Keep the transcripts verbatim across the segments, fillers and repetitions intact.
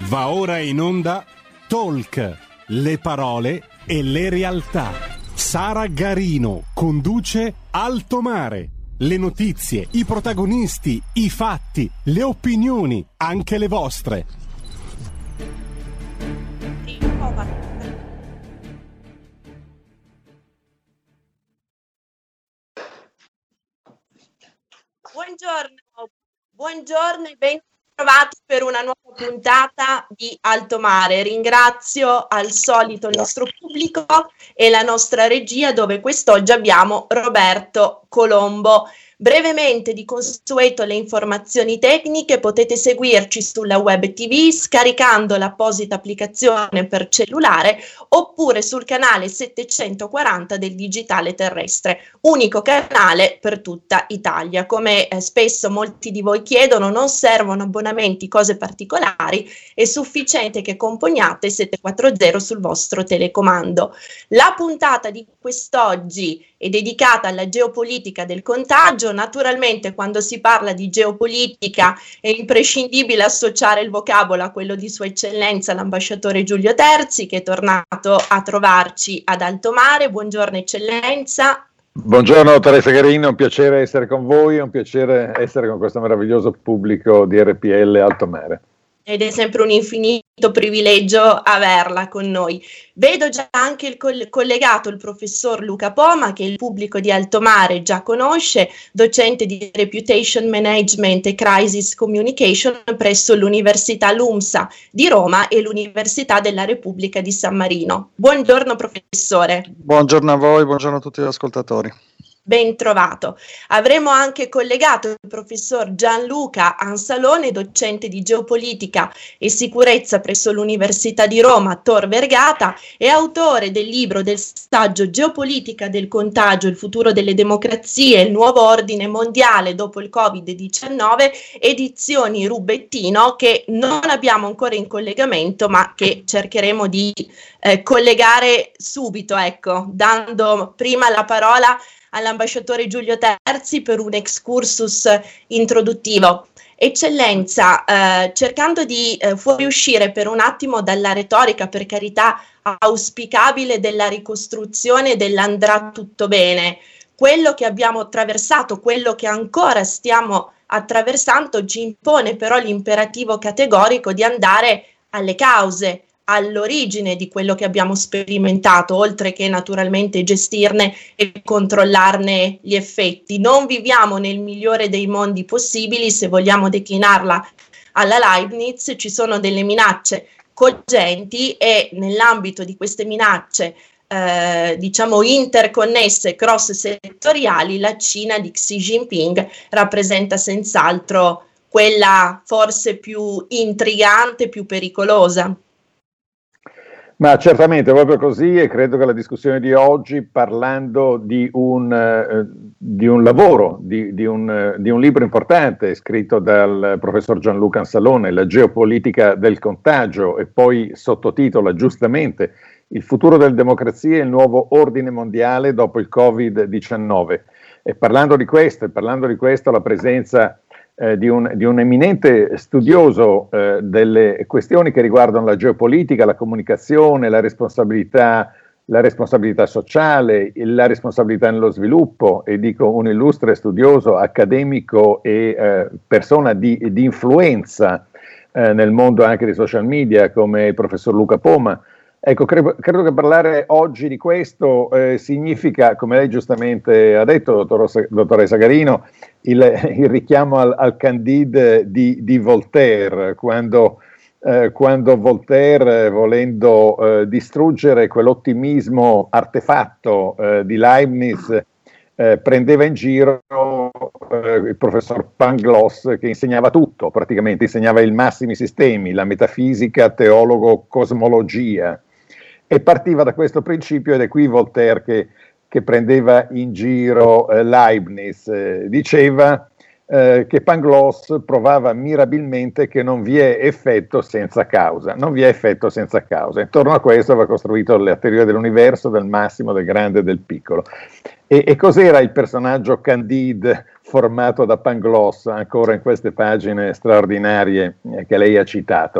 Va ora in onda Talk, le parole e le realtà. Sara Garino conduce Alto Mare. Le notizie, i protagonisti, i fatti, le opinioni, anche le vostre. Buongiorno, buongiorno e ben trovati per una nuova puntata di Alto Mare. Ringrazio al solito il nostro pubblico e la nostra regia, dove quest'oggi abbiamo Roberto Colombo. Brevemente, di consueto, le informazioni tecniche: potete seguirci sulla web tivù scaricando l'apposita applicazione per cellulare oppure sul canale settecentoquaranta del digitale terrestre, unico canale per tutta Italia. Come eh, spesso molti di voi chiedono, non servono abbonamenti, cose particolari, è sufficiente che componiate settecentoquaranta sul vostro telecomando. La puntata di quest'oggi è dedicata alla geopolitica del contagio. Naturalmente, quando si parla di geopolitica è imprescindibile associare il vocabolo a quello di Sua Eccellenza l'ambasciatore Giulio Terzi, che è tornato a trovarci ad Alto Mare. Buongiorno Eccellenza. Buongiorno Teresa Garino, è un piacere essere con voi, è un piacere essere con questo meraviglioso pubblico di R P L Alto Mare. Ed è sempre un infinito privilegio averla con noi. Vedo già anche il coll- collegato il professor Luca Poma, che il pubblico di Alto Mare già conosce, docente di Reputation Management e Crisis Communication presso l'Università LUMSA di Roma e l'Università della Repubblica di San Marino. Buongiorno professore. Buongiorno a voi, buongiorno a tutti gli ascoltatori. Ben trovato. Avremo anche collegato il professor Gianluca Ansalone, docente di geopolitica e sicurezza presso l'Università di Roma Tor Vergata e autore del libro del saggio Geopolitica del contagio, il futuro delle democrazie, il nuovo ordine mondiale dopo il covid diciannove, edizioni Rubettino, che non abbiamo ancora in collegamento ma che cercheremo di eh, collegare subito, ecco, dando prima la parola all'ambasciatore Giulio Terzi per un excursus introduttivo. Eccellenza, eh, cercando di eh, fuoriuscire per un attimo dalla retorica, per carità auspicabile, della ricostruzione dell'andrà tutto bene, quello che abbiamo attraversato, quello che ancora stiamo attraversando, ci impone però l'imperativo categorico di andare alle cause, all'origine di quello che abbiamo sperimentato, oltre che naturalmente gestirne e controllarne gli effetti. Non viviamo nel migliore dei mondi possibili, se vogliamo declinarla alla Leibniz. Ci sono delle minacce cogenti e nell'ambito di queste minacce eh, diciamo interconnesse, cross settoriali, la Cina di Xi Jinping rappresenta senz'altro quella forse più intrigante, più pericolosa. Ma certamente, proprio così, e credo che la discussione di oggi, parlando di un, eh, di un lavoro, di, di, un, di un libro importante scritto dal professor Gianluca Ansalone, La geopolitica del contagio, e poi sottotitola giustamente Il futuro delle democrazie e il nuovo ordine mondiale dopo il covid diciannove. E parlando di questo, e parlando di questo, la presenza Eh, di, un, di un eminente studioso eh, delle questioni che riguardano la geopolitica, la comunicazione, la responsabilità, la responsabilità sociale, la responsabilità nello sviluppo, e dico un illustre studioso, accademico e eh, persona di, di influenza eh, nel mondo anche dei social media, come il professor Luca Poma. Ecco, credo, credo che parlare oggi di questo eh, significa, come lei giustamente ha detto, dottor, dottoressa Garino, il, il richiamo al, al Candide di, di Voltaire, quando, eh, quando Voltaire, volendo eh, distruggere quell'ottimismo artefatto eh, di Leibniz, eh, prendeva in giro eh, il professor Pangloss, che insegnava tutto, praticamente insegnava i massimi sistemi, la metafisica, teologo, cosmologia. E partiva da questo principio, ed è qui Voltaire che, che prendeva in giro eh, Leibniz. Eh, diceva eh, che Pangloss provava mirabilmente che non vi è effetto senza causa, non vi è effetto senza causa. Intorno a questo aveva costruito la teoria dell'universo, del massimo, del grande e del piccolo. E, e cos'era il personaggio Candide formato da Pangloss, ancora in queste pagine straordinarie eh, che lei ha citato?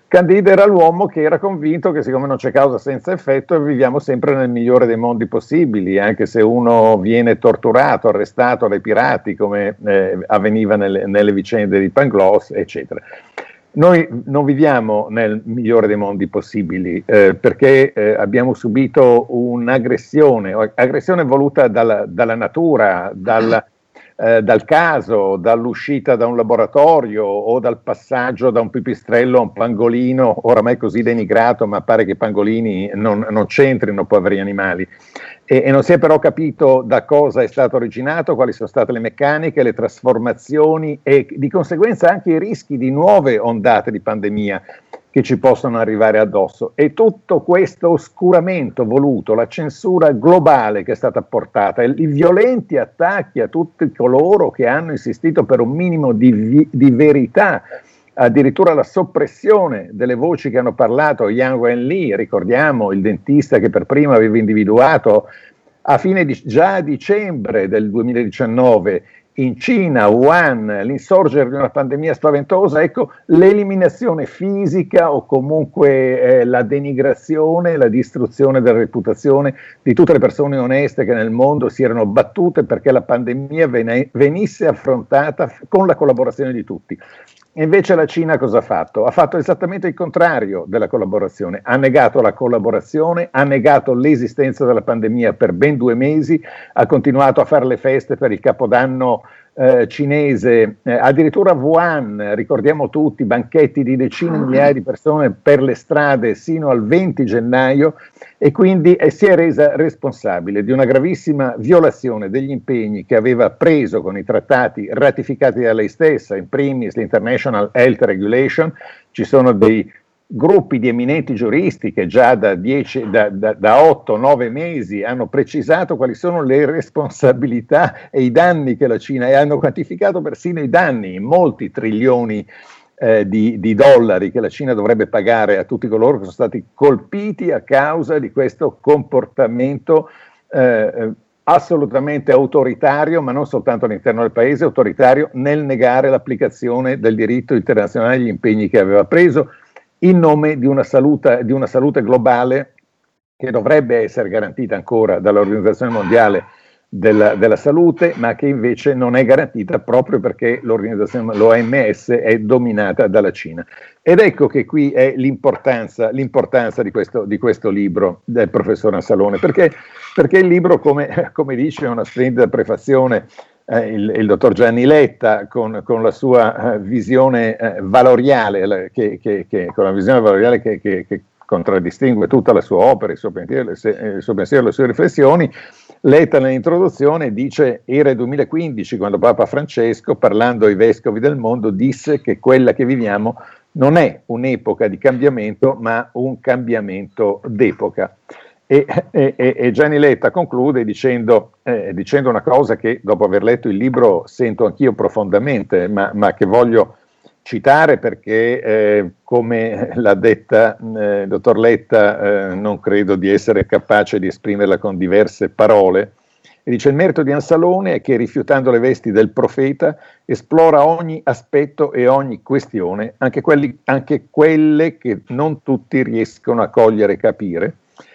Candide era l'uomo che era convinto che siccome non c'è causa senza effetto viviamo sempre nel migliore dei mondi possibili, anche se uno viene torturato, arrestato dai pirati come eh, avveniva nelle, nelle vicende di Pangloss, eccetera. Noi non viviamo nel migliore dei mondi possibili eh, perché eh, abbiamo subito un'aggressione, aggressione voluta dalla, dalla natura, dal, eh, dal caso, dall'uscita da un laboratorio o dal passaggio da un pipistrello a un pangolino, oramai così denigrato, ma pare che i pangolini non, non c'entrino, poveri animali. E, e non si è però capito da cosa è stato originato, quali sono state le meccaniche, le trasformazioni e di conseguenza anche i rischi di nuove ondate di pandemia che ci possono arrivare addosso. E tutto questo oscuramento voluto, la censura globale che è stata apportata, i violenti attacchi a tutti coloro che hanno insistito per un minimo di, vi- di verità, addirittura la soppressione delle voci che hanno parlato, Yang Wenli, ricordiamo il dentista che per primo aveva individuato a fine di, già a dicembre del duemiladiciannove in Cina, Wuhan, l'insorgere di una pandemia spaventosa, ecco, l'eliminazione fisica o comunque eh, la denigrazione, la distruzione della reputazione di tutte le persone oneste che nel mondo si erano battute perché la pandemia ven- venisse affrontata con la collaborazione di tutti. Invece la Cina cosa ha fatto? Ha fatto esattamente il contrario della collaborazione, ha negato la collaborazione, ha negato l'esistenza della pandemia per ben due mesi, ha continuato a fare le feste per il Capodanno eh, cinese, eh, addirittura a Wuhan, ricordiamo tutti, banchetti di decine di migliaia di persone per le strade sino al venti gennaio e quindi eh, si è resa responsabile di una gravissima violazione degli impegni che aveva preso con i trattati ratificati da lei stessa, in primis l'International Health Regulation. Ci sono dei gruppi di eminenti giuristi che già da, dieci, da, da, da otto nove mesi hanno precisato quali sono le responsabilità e i danni che la Cina, e hanno quantificato persino i danni in molti trilioni eh, di, di dollari che la Cina dovrebbe pagare a tutti coloro che sono stati colpiti a causa di questo comportamento eh, assolutamente autoritario, ma non soltanto all'interno del paese, autoritario nel negare l'applicazione del diritto internazionale agli impegni che aveva preso in nome di una salute, di una salute globale che dovrebbe essere garantita ancora dall'Organizzazione Mondiale della, della Salute, ma che invece non è garantita proprio perché l'organizzazione, l'O M S è dominata dalla Cina. Ed ecco che qui è l'importanza, l'importanza di, questo, di questo libro del professor Ansalone, perché, perché il libro, come, come dice una splendida prefazione, Eh, il, il dottor Gianni Letta con, con la sua eh, visione eh, valoriale, la, che, che, che, con la visione valoriale che, che, che contraddistingue tutta la sua opera, il suo pensiero, il suo pensiero, le sue riflessioni. Letta nell'introduzione dice: era il duemilaquindici quando Papa Francesco, parlando ai vescovi del mondo, disse che quella che viviamo non è un'epoca di cambiamento ma un cambiamento d'epoca. E, e, e Gianni Letta conclude dicendo, eh, dicendo una cosa che dopo aver letto il libro sento anch'io profondamente, ma, ma che voglio citare perché, eh, come l'ha detta eh, il dottor Letta, eh, non credo di essere capace di esprimerla con diverse parole. E dice: il merito di Ansalone è che, rifiutando le vesti del profeta, esplora ogni aspetto e ogni questione, anche, quelli, anche quelle che non tutti riescono a cogliere e capire,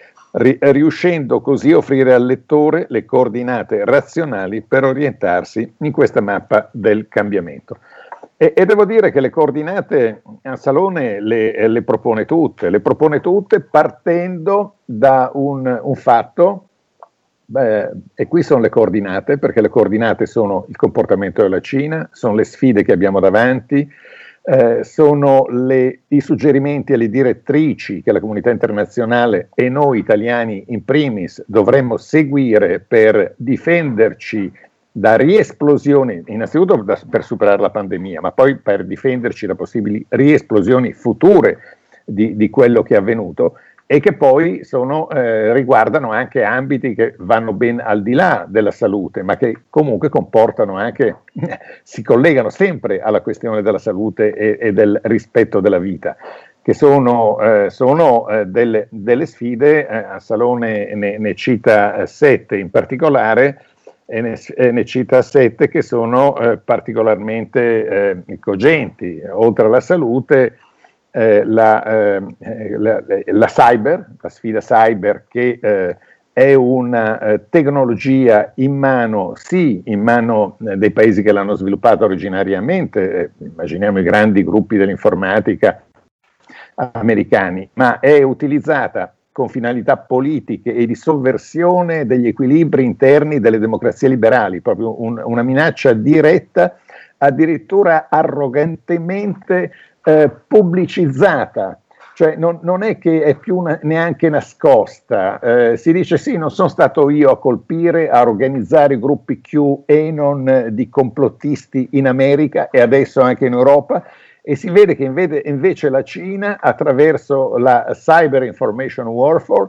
riuscendo così a offrire al lettore le coordinate razionali per orientarsi in questa mappa del cambiamento. E, e devo dire che le coordinate Ansalone le, le propone tutte, le propone tutte partendo da un, un fatto, beh, e qui sono le coordinate, perché le coordinate sono il comportamento della Cina, sono le sfide che abbiamo davanti, Eh, sono le, i suggerimenti e le direttrici che la comunità internazionale e noi italiani in primis dovremmo seguire per difenderci da riesplosioni, innanzitutto da, per superare la pandemia, ma poi per difenderci da possibili riesplosioni future di, di quello che è avvenuto, e che poi sono, eh, riguardano anche ambiti che vanno ben al di là della salute, ma che comunque comportano anche, si collegano sempre alla questione della salute e, e del rispetto della vita, che sono, eh, sono eh, delle, delle sfide. eh, Ansalone ne, ne cita eh, sette in particolare, e ne, e ne cita sette che sono eh, particolarmente eh, cogenti. Oltre alla salute, eh, la, eh, la, la cyber, la sfida cyber che eh, è una eh, tecnologia in mano, sì, in mano eh, dei paesi che l'hanno sviluppata originariamente, eh, immaginiamo i grandi gruppi dell'informatica americani, ma è utilizzata con finalità politiche e di sovversione degli equilibri interni delle democrazie liberali, proprio un, una minaccia diretta, addirittura arrogantemente eh, pubblicizzata. Cioè non, non è che è più una, neanche nascosta, eh, si dice sì, non sono stato io a colpire, a organizzare gruppi QAnon eh, di complottisti in America e adesso anche in Europa, e si vede che invece, invece la Cina, attraverso la Cyber Information Warfare,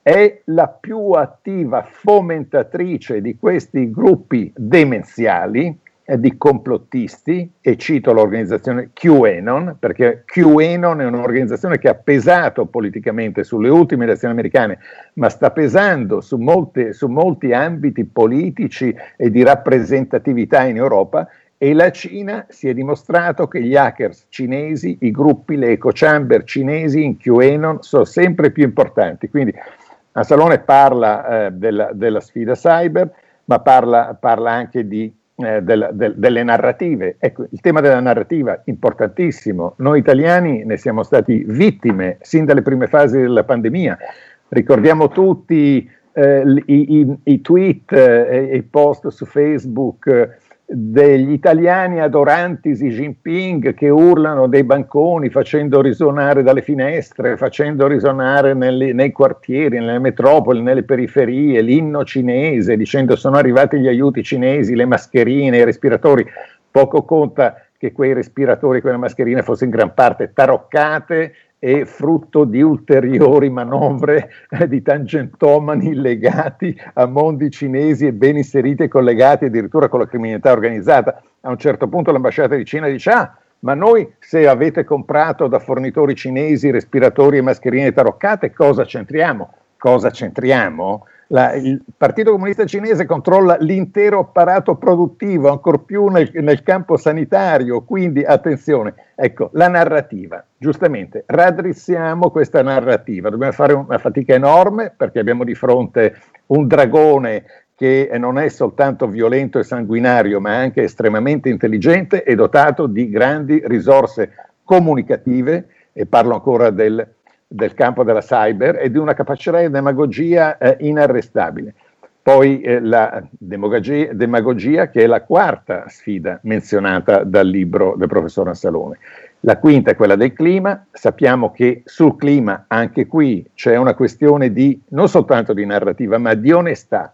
è la più attiva fomentatrice di questi gruppi demenziali, di complottisti, e cito l'organizzazione QAnon, perché QAnon è un'organizzazione che ha pesato politicamente sulle ultime elezioni americane, ma sta pesando su, molte, su molti ambiti politici e di rappresentatività in Europa, e la Cina si è dimostrato che gli hackers cinesi, i gruppi, le echo chamber cinesi in QAnon sono sempre più importanti. Quindi Anzalone parla eh, della, della sfida cyber, ma parla, parla anche di Eh, del, del, delle narrative. Ecco, il tema della narrativa importantissimo. Noi italiani ne siamo stati vittime sin dalle prime fasi della pandemia. Ricordiamo tutti eh, i, i, i tweet e eh, i post su Facebook eh, degli italiani adoranti Xi Jinping che urlano dai banconi, facendo risuonare dalle finestre, facendo risuonare nelle, nei quartieri, nelle metropoli, nelle periferie, l'inno cinese, dicendo sono arrivati gli aiuti cinesi, le mascherine, i respiratori. Poco conta che quei respiratori e quelle mascherine fossero in gran parte taroccate e frutto di ulteriori manovre eh, di tangentomani legati a mondi cinesi e ben inseriti e collegati addirittura con la criminalità organizzata. A un certo punto l'ambasciata di Cina dice: ah, ma noi se avete comprato da fornitori cinesi respiratori e mascherine taroccate, cosa c'entriamo? Cosa c'entriamo? La, il Partito Comunista Cinese controlla l'intero apparato produttivo, ancor più nel, nel campo sanitario, quindi attenzione, ecco, la narrativa, giustamente, raddrizziamo questa narrativa, dobbiamo fare una fatica enorme perché abbiamo di fronte un dragone che non è soltanto violento e sanguinario, ma anche estremamente intelligente e dotato di grandi risorse comunicative, e parlo ancora del del campo della cyber, e di una capacità di demagogia eh, inarrestabile. Poi eh, la demagogia, demagogia che è la quarta sfida menzionata dal libro del professor Anzalone. La quinta è quella del clima. Sappiamo che sul clima anche qui c'è una questione di non soltanto di narrativa, ma di onestà,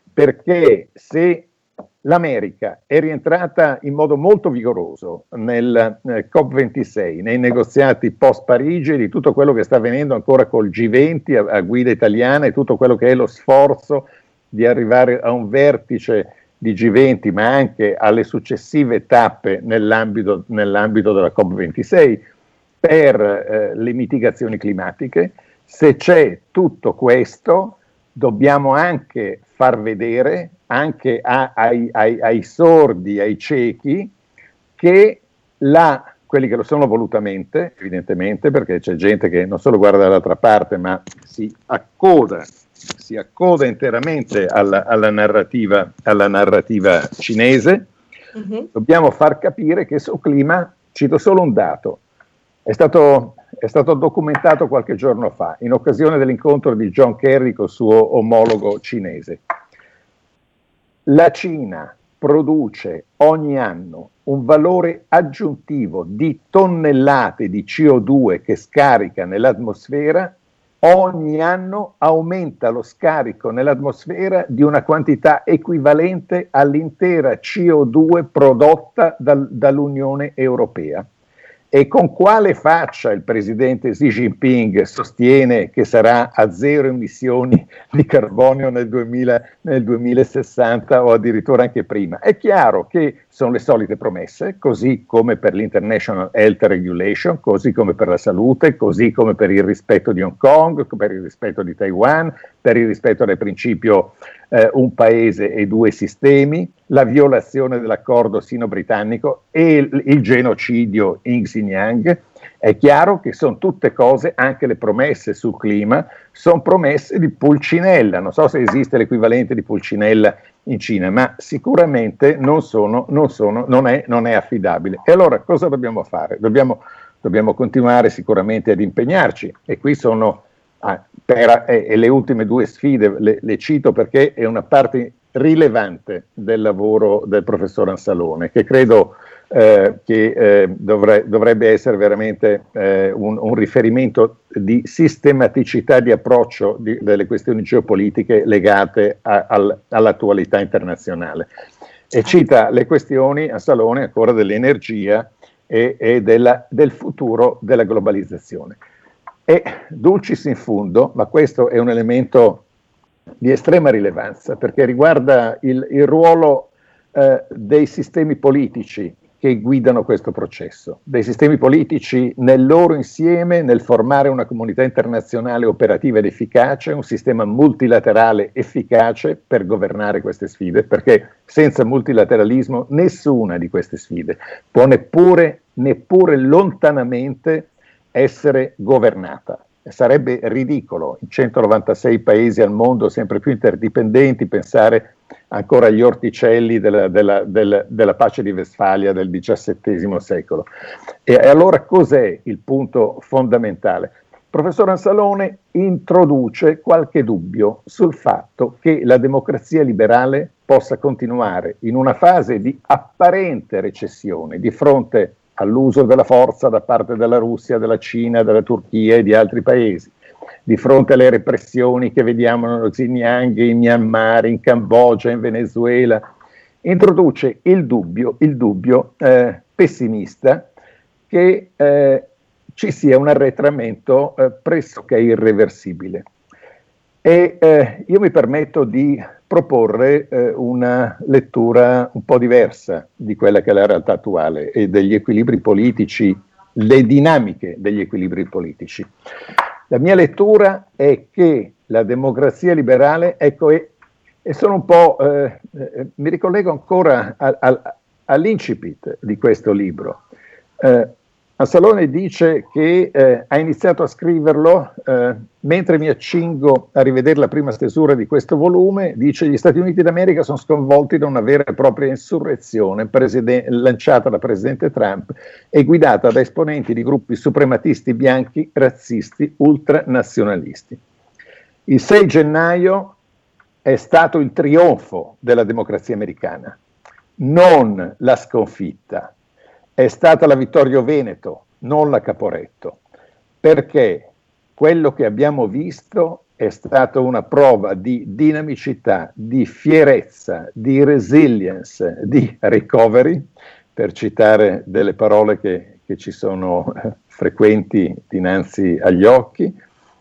perché se l'America è rientrata in modo molto vigoroso nel, nel COP ventisei, nei negoziati post-Parigi, di tutto quello che sta avvenendo ancora col G venti a, a guida italiana, e tutto quello che è lo sforzo di arrivare a un vertice di G venti, ma anche alle successive tappe nell'ambito, nell'ambito della COP ventisei per eh, le mitigazioni climatiche. Se c'è tutto questo, dobbiamo anche far vedere anche a, ai, ai, ai sordi, ai ciechi, che la, quelli che lo sono volutamente, evidentemente, perché c'è gente che non solo guarda dall'altra parte, ma si accoda, si accoda interamente alla, alla, narrativa, alla narrativa cinese. Mm-hmm. Dobbiamo far capire che sul clima, cito solo un dato, è stato, è stato documentato qualche giorno fa, in occasione dell'incontro di John Kerry col suo omologo cinese. La Cina produce ogni anno un valore aggiuntivo di tonnellate di C O due che scarica nell'atmosfera. Ogni anno aumenta lo scarico nell'atmosfera di una quantità equivalente all'intera C O due prodotta dal, dall'Unione Europea. E con quale faccia il presidente Xi Jinping sostiene che sarà a zero emissioni di carbonio nel, duemila, nel duemilasessanta o addirittura anche prima? È chiaro che sono le solite promesse, così come per l'International Health Regulation, così come per la salute, così come per il rispetto di Hong Kong, per il rispetto di Taiwan, per il rispetto del principio eh, un paese e due sistemi, la violazione dell'accordo sino-britannico e il, il genocidio in Xinjiang. È chiaro che sono tutte cose, anche le promesse sul clima, sono promesse di Pulcinella. Non so se esiste l'equivalente di Pulcinella in Cina, ma sicuramente non, sono, non, sono, non, è, non è affidabile. E allora cosa dobbiamo fare? Dobbiamo, dobbiamo continuare sicuramente ad impegnarci, e qui sono ah, per, eh, e le ultime due sfide le, le cito perché è una parte rilevante del lavoro del professor Ansalone, che credo eh, che eh, dovre, dovrebbe essere veramente eh, un, un riferimento di sistematicità di approccio di, delle questioni geopolitiche legate a, al, all'attualità internazionale. E cita le questioni, Ansalone, ancora dell'energia e, e della, del futuro della globalizzazione. E dulcis in fundo, ma questo è un elemento di estrema rilevanza, perché riguarda il, il ruolo eh, dei sistemi politici che guidano questo processo, dei sistemi politici nel loro insieme, nel formare una comunità internazionale operativa ed efficace, un sistema multilaterale efficace per governare queste sfide, perché senza multilateralismo nessuna di queste sfide può neppure, neppure lontanamente essere governata. Sarebbe ridicolo in centonovantasei paesi al mondo sempre più interdipendenti pensare ancora agli orticelli della, della, della, della pace di Westfalia del diciassettesimo secolo. E allora cos'è il punto fondamentale? Il professor Ansalone introduce qualche dubbio sul fatto che la democrazia liberale possa continuare in una fase di apparente recessione di fronte all'uso della forza da parte della Russia, della Cina, della Turchia e di altri paesi, di fronte alle repressioni che vediamo nello Xinjiang, in Myanmar, in Cambogia, in Venezuela, introduce il dubbio, il dubbio eh, pessimista che eh, ci sia un arretramento eh, pressoché irreversibile. E eh, io mi permetto di proporre eh, una lettura un po' diversa di quella che è la realtà attuale e degli equilibri politici, le dinamiche degli equilibri politici. La mia lettura è che la democrazia liberale, ecco, e, e sono un po', eh, eh, mi ricollego ancora a, a, all'incipit di questo libro. Eh, Ansalone dice che eh, ha iniziato a scriverlo eh, mentre mi accingo a rivedere la prima stesura di questo volume. Dice: gli Stati Uniti d'America sono sconvolti da una vera e propria insurrezione presiden- lanciata da presidente Trump e guidata da esponenti di gruppi suprematisti bianchi, razzisti, ultranazionalisti. Il sei gennaio è stato il trionfo della democrazia americana, non la sconfitta. È stata la Vittorio Veneto, non la Caporetto, perché quello che abbiamo visto è stata una prova di dinamicità, di fierezza, di resilience, di recovery, per citare delle parole che, che ci sono eh, frequenti dinanzi agli occhi,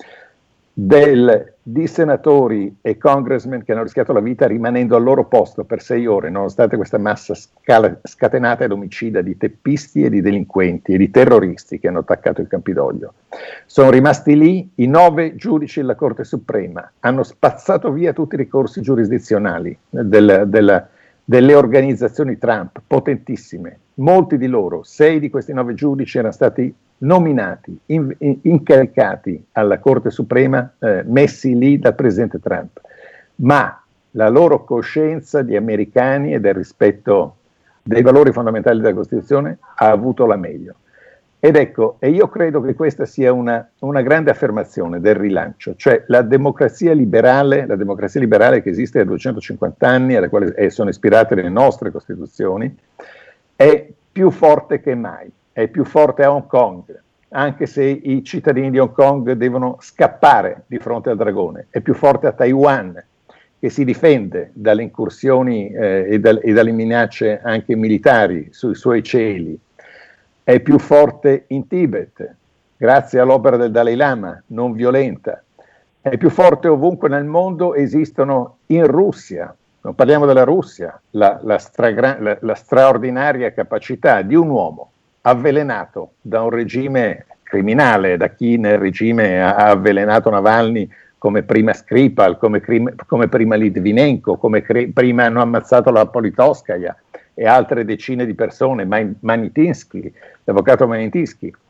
del, di senatori e congressmen che hanno rischiato la vita rimanendo al loro posto per sei ore, nonostante questa massa scala, scatenata ed omicida di teppisti e di delinquenti e di terroristi che hanno attaccato il Campidoglio. Sono rimasti lì i nove giudici della Corte Suprema, hanno spazzato via tutti i ricorsi giurisdizionali del, del, delle organizzazioni Trump, potentissime. Molti di loro, sei di questi nove giudici, erano stati nominati, in, in, incaricati alla Corte Suprema, eh, messi lì dal presidente Trump, ma la loro coscienza di americani e del rispetto dei valori fondamentali della Costituzione ha avuto la meglio. Ed ecco, e io credo che questa sia una, una grande affermazione del rilancio, cioè la democrazia liberale, la democrazia liberale che esiste da duecentocinquanta anni, alla quale eh, sono ispirate le nostre Costituzioni, è più forte che mai. È più forte a Hong Kong, anche se i cittadini di Hong Kong devono scappare di fronte al dragone. È più forte a Taiwan, che si difende dalle incursioni eh, e, dal, e dalle minacce anche militari sui suoi cieli. È più forte in Tibet, grazie all'opera del Dalai Lama, non violenta. È più forte ovunque nel mondo, esistono in Russia. Non parliamo della Russia, la, la, stragra- la, la straordinaria capacità di un uomo avvelenato da un regime criminale, da chi nel regime ha avvelenato Navalny, come prima Skripal, come, crim- come prima Litvinenko, come cre- prima hanno ammazzato la Politkovskaja e altre decine di persone, Man- Manitinsky, l'avvocato Manitinsky.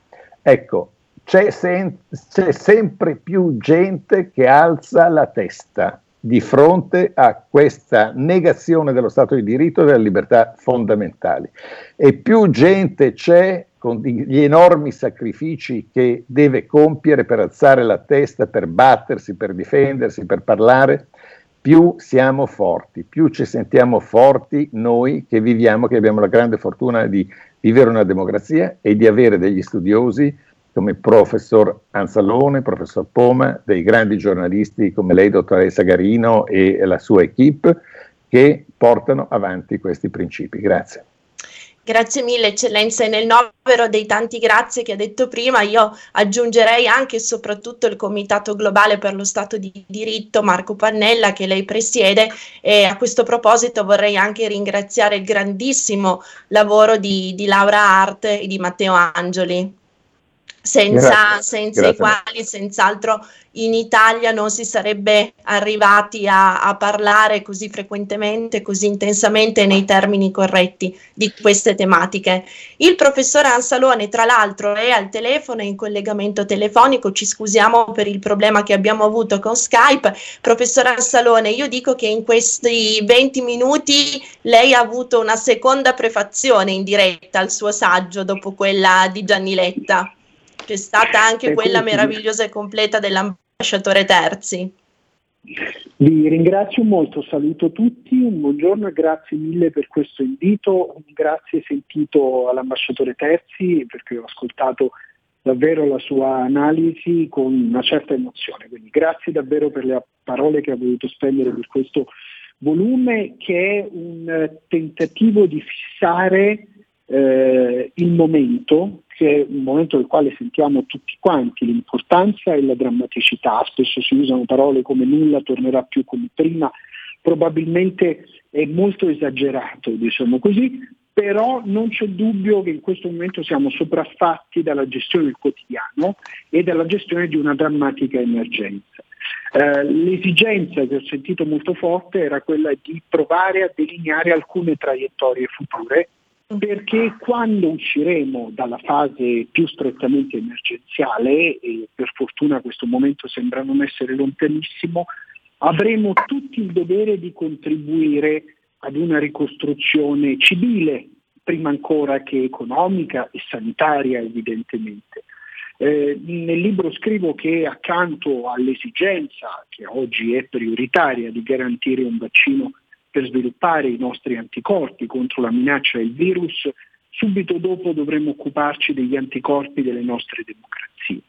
ecco, c'è, sen- c'è sempre più gente che alza la testa di fronte a questa negazione dello Stato di diritto e delle libertà fondamentali. E più gente c'è con gli enormi sacrifici che deve compiere per alzare la testa, per battersi, per difendersi, per parlare, più siamo forti, più ci sentiamo forti noi che viviamo, che abbiamo la grande fortuna di vivere una democrazia e di avere degli studiosi come il professor Anzalone, professor Poma, dei grandi giornalisti come lei, dottoressa Garino, e la sua equipe, che portano avanti questi principi. Grazie. Grazie mille Eccellenza, e nel novero dei tanti grazie che ha detto prima io aggiungerei anche e soprattutto il Comitato Globale per lo Stato di Diritto Marco Pannella che lei presiede, e a questo proposito vorrei anche ringraziare il grandissimo lavoro di, di Laura Hart e di Matteo Angioli. Senza, senza i quali senz'altro in Italia non si sarebbe arrivati a, a parlare così frequentemente, così intensamente nei termini corretti di queste tematiche. Il professor Anzalone, tra l'altro, è al telefono, è in collegamento telefonico, ci scusiamo per il problema che abbiamo avuto con Skype. Professor Anzalone, io dico che in questi venti minuti lei ha avuto una seconda prefazione in diretta al suo saggio dopo quella di Gianni Letta. C'è stata anche quella meravigliosa e completa dell'ambasciatore Terzi. Vi ringrazio molto, saluto tutti, un buongiorno e grazie mille per questo invito, un grazie sentito all'ambasciatore Terzi perché ho ascoltato davvero la sua analisi con una certa emozione, quindi grazie davvero per le parole che ha voluto spendere per questo volume che è un tentativo di fissare eh, il momento, che è un momento nel quale sentiamo tutti quanti l'importanza e la drammaticità. Spesso si usano parole come nulla tornerà più come prima, probabilmente è molto esagerato, diciamo così, però non c'è dubbio che in questo momento siamo sopraffatti dalla gestione del quotidiano e dalla gestione di una drammatica emergenza. Eh, l'esigenza che ho sentito molto forte era quella di provare a delineare alcune traiettorie future, perché quando usciremo dalla fase più strettamente emergenziale, e per fortuna questo momento sembra non essere lontanissimo, avremo tutti il dovere di contribuire ad una ricostruzione civile, prima ancora che economica e sanitaria evidentemente. Eh, nel libro scrivo che accanto all'esigenza, che oggi è prioritaria, di garantire un vaccino per sviluppare i nostri anticorpi contro la minaccia del virus, subito dopo dovremo occuparci degli anticorpi delle nostre democrazie,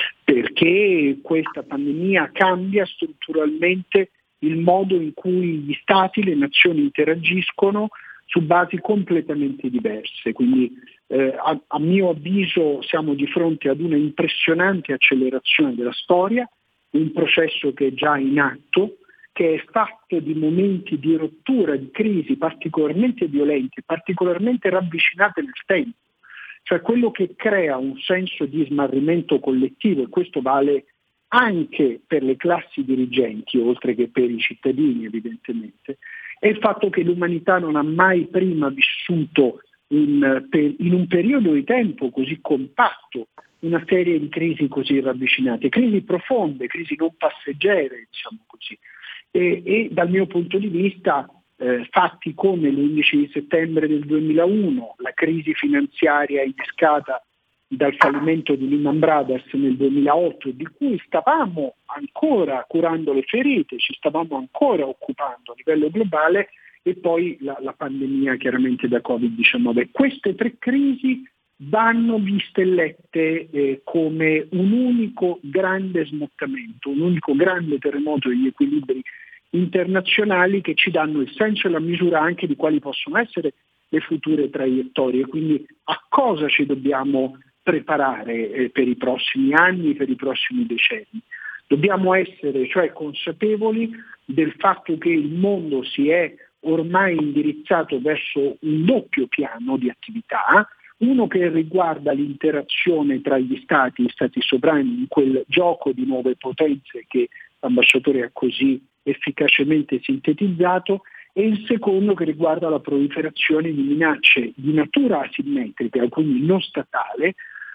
perché questa pandemia cambia strutturalmente il modo in cui gli stati, le nazioni interagiscono su basi completamente diverse. Quindi eh, a, a mio avviso siamo di fronte ad una impressionante accelerazione della storia, un processo che è già in atto, che è fatto di momenti di rottura, di crisi particolarmente violenti, particolarmente ravvicinate nel tempo, cioè quello che crea un senso di smarrimento collettivo, e questo vale anche per le classi dirigenti, oltre che per i cittadini evidentemente, è il fatto che l'umanità non ha mai prima vissuto in, per, in un periodo di tempo così compatto una serie di crisi così ravvicinate, crisi profonde, crisi non passeggere, diciamo così. E, e dal mio punto di vista eh, fatti come l'undici di settembre del duemilauno, la crisi finanziaria innescata dal fallimento di Lehman Brothers nel duemilaotto, di cui stavamo ancora curando le ferite, ci stavamo ancora occupando a livello globale, e poi la, la pandemia chiaramente da covid diciannove. Queste tre crisi vanno viste e lette eh, come un unico grande smottamento, un unico grande terremoto degli equilibri internazionali che ci danno il senso e la misura anche di quali possono essere le future traiettorie, quindi a cosa ci dobbiamo preparare eh, per i prossimi anni, per i prossimi decenni. Dobbiamo essere cioè consapevoli del fatto che il mondo si è ormai indirizzato verso un doppio piano di attività, uno che riguarda l'interazione tra gli stati, gli stati sovrani, in quel gioco di nuove potenze che l'ambasciatore ha così efficacemente sintetizzato, e il secondo che riguarda la proliferazione di minacce di natura asimmetrica, quindi non statale,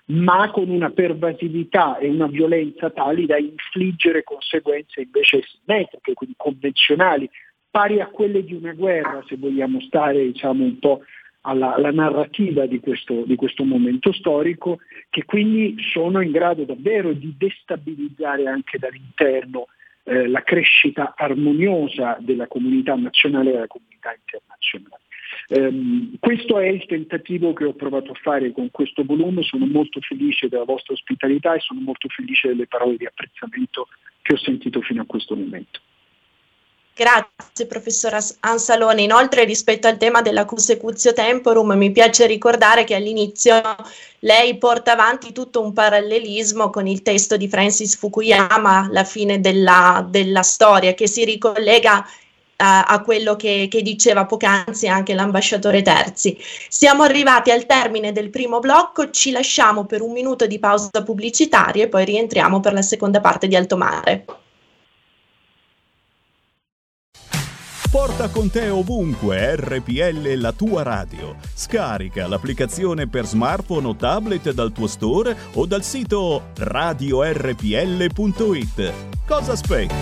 ma con una pervasività e una violenza tali da infliggere conseguenze invece simmetriche, quindi convenzionali, pari a quelle di una guerra, se vogliamo stare diciamo un po' alla, alla narrativa di questo, di questo momento storico, che quindi sono in grado davvero di destabilizzare anche dall'interno eh, la crescita armoniosa della comunità nazionale e della comunità internazionale. Um, questo è il tentativo che ho provato a fare con questo volume. Sono molto felice della vostra ospitalità e sono molto felice delle parole di apprezzamento che ho sentito fino a questo momento. Grazie professor Ansalone. Inoltre, rispetto al tema della consecutio temporum, mi piace ricordare che all'inizio lei porta avanti tutto un parallelismo con il testo di Francis Fukuyama, La fine della, della storia, che si ricollega a, a quello che, che diceva poc'anzi anche l'ambasciatore Terzi. Siamo arrivati al termine del primo blocco, ci lasciamo per un minuto di pausa pubblicitaria e poi rientriamo per la seconda parte di Alto Mare. Porta con te ovunque R P L, la tua radio. Scarica l'applicazione per smartphone o tablet dal tuo store o dal sito radio r p l punto i t. Cosa aspetti?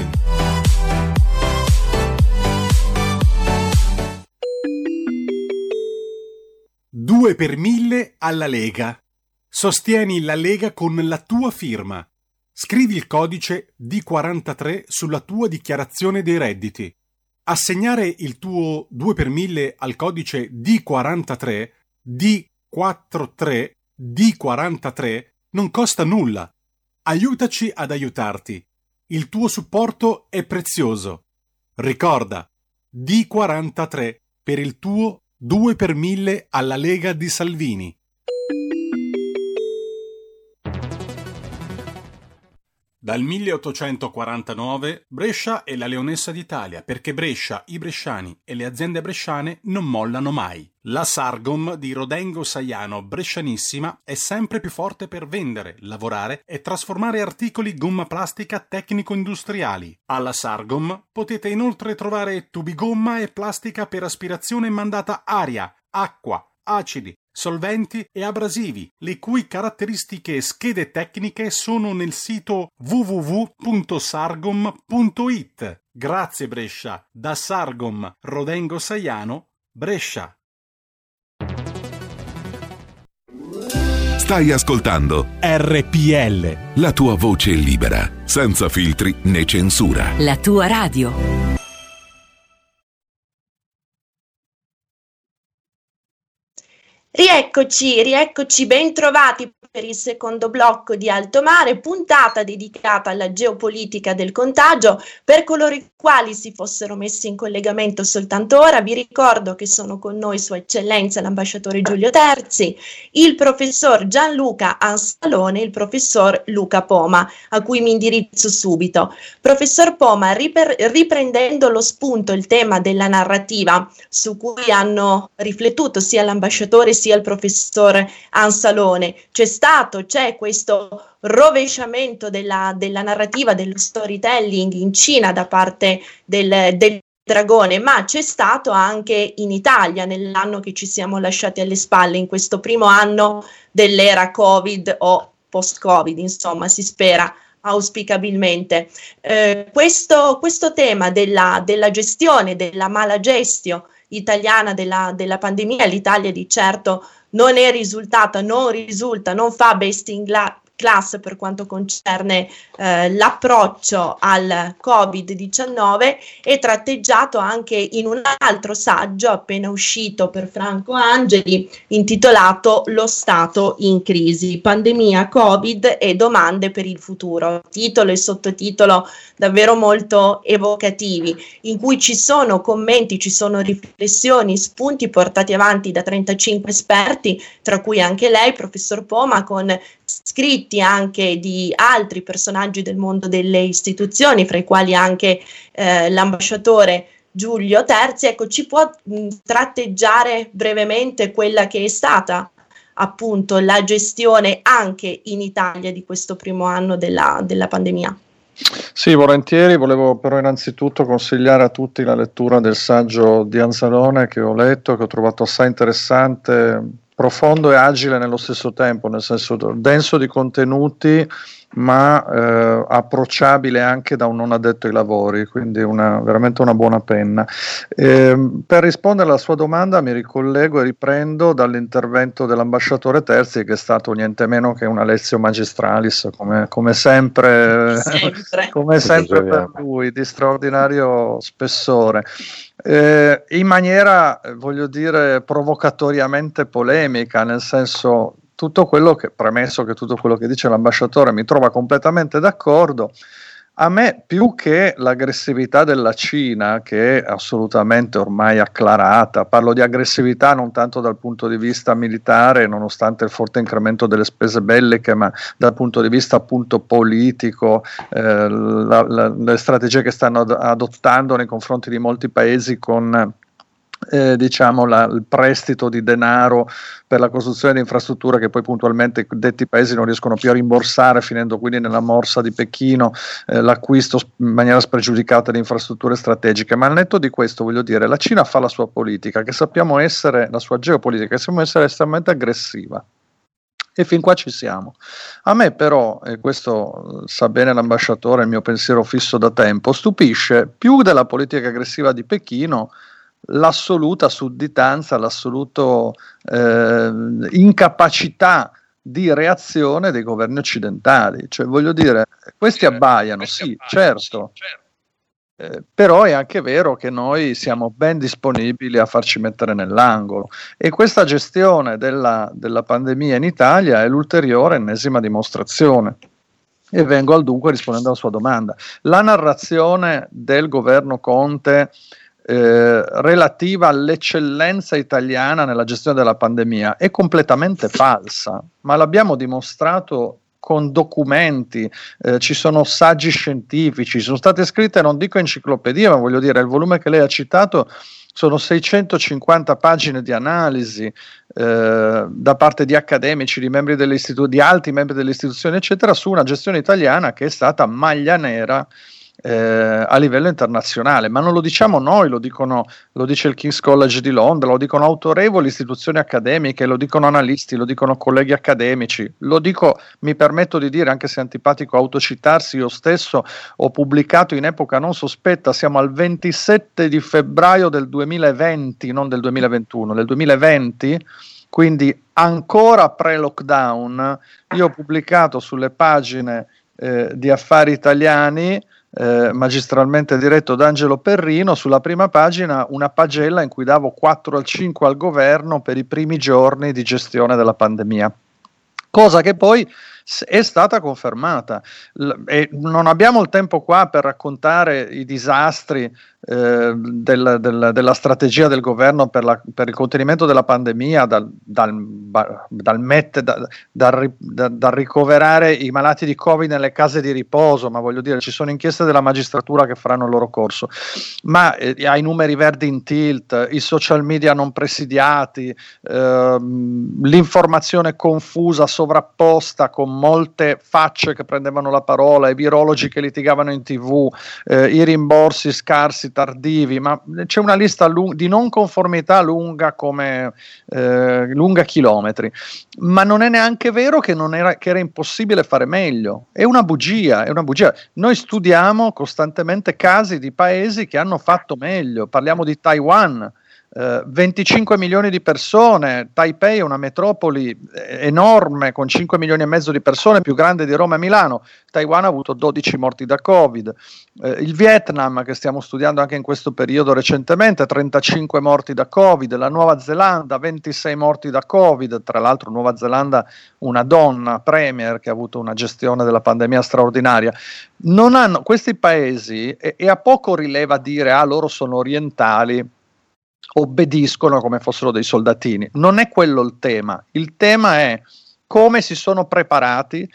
due per mille alla Lega. Sostieni la Lega con la tua firma. Scrivi il codice D quarantatré sulla tua dichiarazione dei redditi. Assegnare il tuo due per mille al codice D quarantatré, D quarantatré, D quarantatré non costa nulla. Aiutaci ad aiutarti. Il tuo supporto è prezioso. Ricorda, D quarantatré per il tuo due per mille alla Lega di Salvini. Dal milleottocentoquarantanove Brescia è la leonessa d'Italia, perché Brescia, i bresciani e le aziende bresciane non mollano mai. La Sargom di Rodengo Saiano Brescianissima è sempre più forte per vendere, lavorare e trasformare articoli gomma plastica tecnico-industriali. Alla Sargom potete inoltre trovare tubi gomma e plastica per aspirazione mandata aria, acqua, acidi, solventi e abrasivi, le cui caratteristiche e schede tecniche sono nel sito w w w punto sargom punto i t. Grazie Brescia, da Sargom Rodengo Saiano, Brescia. Stai ascoltando R P L, la tua voce libera, senza filtri né censura. La tua radio. Rieccoci, rieccoci, ben trovati per il secondo blocco di Alto Mare, puntata dedicata alla geopolitica del contagio. Per coloro i quali si fossero messi in collegamento soltanto ora, vi ricordo che sono con noi Sua Eccellenza l'ambasciatore Giulio Terzi, il professor Gianluca Ansalone e il professor Luca Poma, a cui mi indirizzo subito. Professor Poma, riper- riprendendo lo spunto, il tema della narrativa su cui hanno riflettuto sia l'ambasciatore sia il professor Ansalone, c'è stato, c'è questo rovesciamento della, della narrativa, dello storytelling in Cina da parte del, del dragone, ma c'è stato anche in Italia nell'anno che ci siamo lasciati alle spalle, in questo primo anno dell'era Covid o post-Covid, insomma, si spera auspicabilmente. Eh, questo, questo tema della, della gestione, della mala gestio italiana della, della pandemia, l'Italia di certo non è risultata, non risulta, non fa best in class per quanto concerne eh, l'approccio al covid diciannove, è tratteggiato anche in un altro saggio appena uscito per Franco Angeli intitolato Lo Stato in crisi, pandemia Covid e domande per il futuro, titolo e sottotitolo davvero molto evocativi, in cui ci sono commenti, ci sono riflessioni, spunti portati avanti da trentacinque esperti, tra cui anche lei, professor Poma, con scritti anche di altri personaggi del mondo delle istituzioni, fra i quali anche eh, l'ambasciatore Giulio Terzi. Ecco, ci può mh, tratteggiare brevemente quella che è stata appunto la gestione anche in Italia di questo primo anno della, della pandemia? Sì, volentieri. Volevo però innanzitutto consigliare a tutti la lettura del saggio di Ansalone che ho letto, che ho trovato assai interessante, profondo e agile nello stesso tempo, nel senso denso di contenuti, ma eh, approcciabile anche da un non addetto ai lavori, quindi una, veramente una buona penna. Eh, per rispondere alla sua domanda mi ricollego e riprendo dall'intervento dell'ambasciatore Terzi, che è stato niente meno che una lezio magistralis, come, come sempre, sempre. come sempre per lui, di straordinario spessore. Eh, in maniera, voglio dire, provocatoriamente polemica, nel senso, tutto quello che, premesso che tutto quello che dice l'ambasciatore mi trova completamente d'accordo, a me più che l'aggressività della Cina, che è assolutamente ormai acclarata, parlo di aggressività non tanto dal punto di vista militare, nonostante il forte incremento delle spese belliche, ma dal punto di vista appunto politico, eh, la, la, le strategie che stanno ad- adottando nei confronti di molti paesi con Eh, diciamo la, il prestito di denaro per la costruzione di infrastrutture che poi puntualmente detti paesi non riescono più a rimborsare, finendo quindi nella morsa di Pechino, eh, l'acquisto in maniera spregiudicata di infrastrutture strategiche. Ma al netto di questo, voglio dire, la Cina fa la sua politica, che sappiamo essere la sua geopolitica, che sappiamo essere estremamente aggressiva. E fin qua ci siamo. A me però, e questo sa bene l'ambasciatore, il mio pensiero fisso da tempo, stupisce più della politica aggressiva di Pechino l'assoluta sudditanza, l'assoluto eh, incapacità di reazione dei governi occidentali. Cioè, voglio dire, questi abbaiano, sì, certo, eh, però è anche vero che noi siamo ben disponibili a farci mettere nell'angolo, e questa gestione della, della pandemia in Italia è l'ulteriore ennesima dimostrazione. E vengo al dunque rispondendo alla sua domanda. La narrazione del governo Conte Eh, relativa all'eccellenza italiana nella gestione della pandemia è completamente falsa, ma l'abbiamo dimostrato con documenti, eh, ci sono saggi scientifici, sono state scritte, non dico enciclopedie, ma voglio dire, il volume che lei ha citato sono seicentocinquanta pagine di analisi eh, da parte di accademici, di membri dell'istituto, di alti membri delle istituzioni, eccetera, su una gestione italiana che è stata maglia nera Eh, a livello internazionale. Ma non lo diciamo noi, lo dicono, lo dice il King's College di Londra, lo dicono autorevoli istituzioni accademiche, lo dicono analisti, lo dicono colleghi accademici, lo dico, mi permetto di dire, anche se è antipatico autocitarsi, io stesso ho pubblicato in epoca non sospetta, siamo al ventisette di febbraio del duemilaventi, non del duemilaventuno, del duemilaventi, quindi ancora pre-lockdown, io ho pubblicato sulle pagine eh, di Affari Italiani, Eh, magistralmente diretto da Angelo Perrino, sulla prima pagina una pagella in cui davo quattro al cinque al governo per i primi giorni di gestione della pandemia, cosa che poi è stata confermata. L- e non abbiamo il tempo qua per raccontare i disastri eh, del, del, della strategia del governo per, la, per il contenimento della pandemia, dal, dal, dal, met, da, dal, da, dal ricoverare i malati di Covid nelle case di riposo, ma voglio dire, ci sono inchieste della magistratura che faranno il loro corso, ma eh, ai numeri verdi in tilt, i social media non presidiati, eh, l'informazione confusa, sovrapposta, con molte facce che prendevano la parola, i virologi che litigavano in tv, eh, i rimborsi scarsi, tardivi, ma c'è una lista lung- di non conformità lunga come eh, lunga chilometri. Ma non è neanche vero che, non era, che era impossibile fare meglio. È una bugia, è una bugia. Noi studiamo costantemente casi di paesi che hanno fatto meglio. Parliamo di Taiwan. Uh, venticinque milioni di persone, Taipei è una metropoli enorme con cinque milioni e mezzo di persone, più grande di Roma e Milano. Taiwan ha avuto dodici morti da Covid. Uh, il Vietnam, che stiamo studiando anche in questo periodo recentemente, trentacinque morti da Covid. La Nuova Zelanda, ventisei morti da Covid. Tra l'altro Nuova Zelanda, una donna premier che ha avuto una gestione della pandemia straordinaria. Non hanno questi paesi, e, e a poco rileva dire ah loro sono orientali, obbediscono come fossero dei soldatini. Non è quello il tema. Il tema è come si sono preparati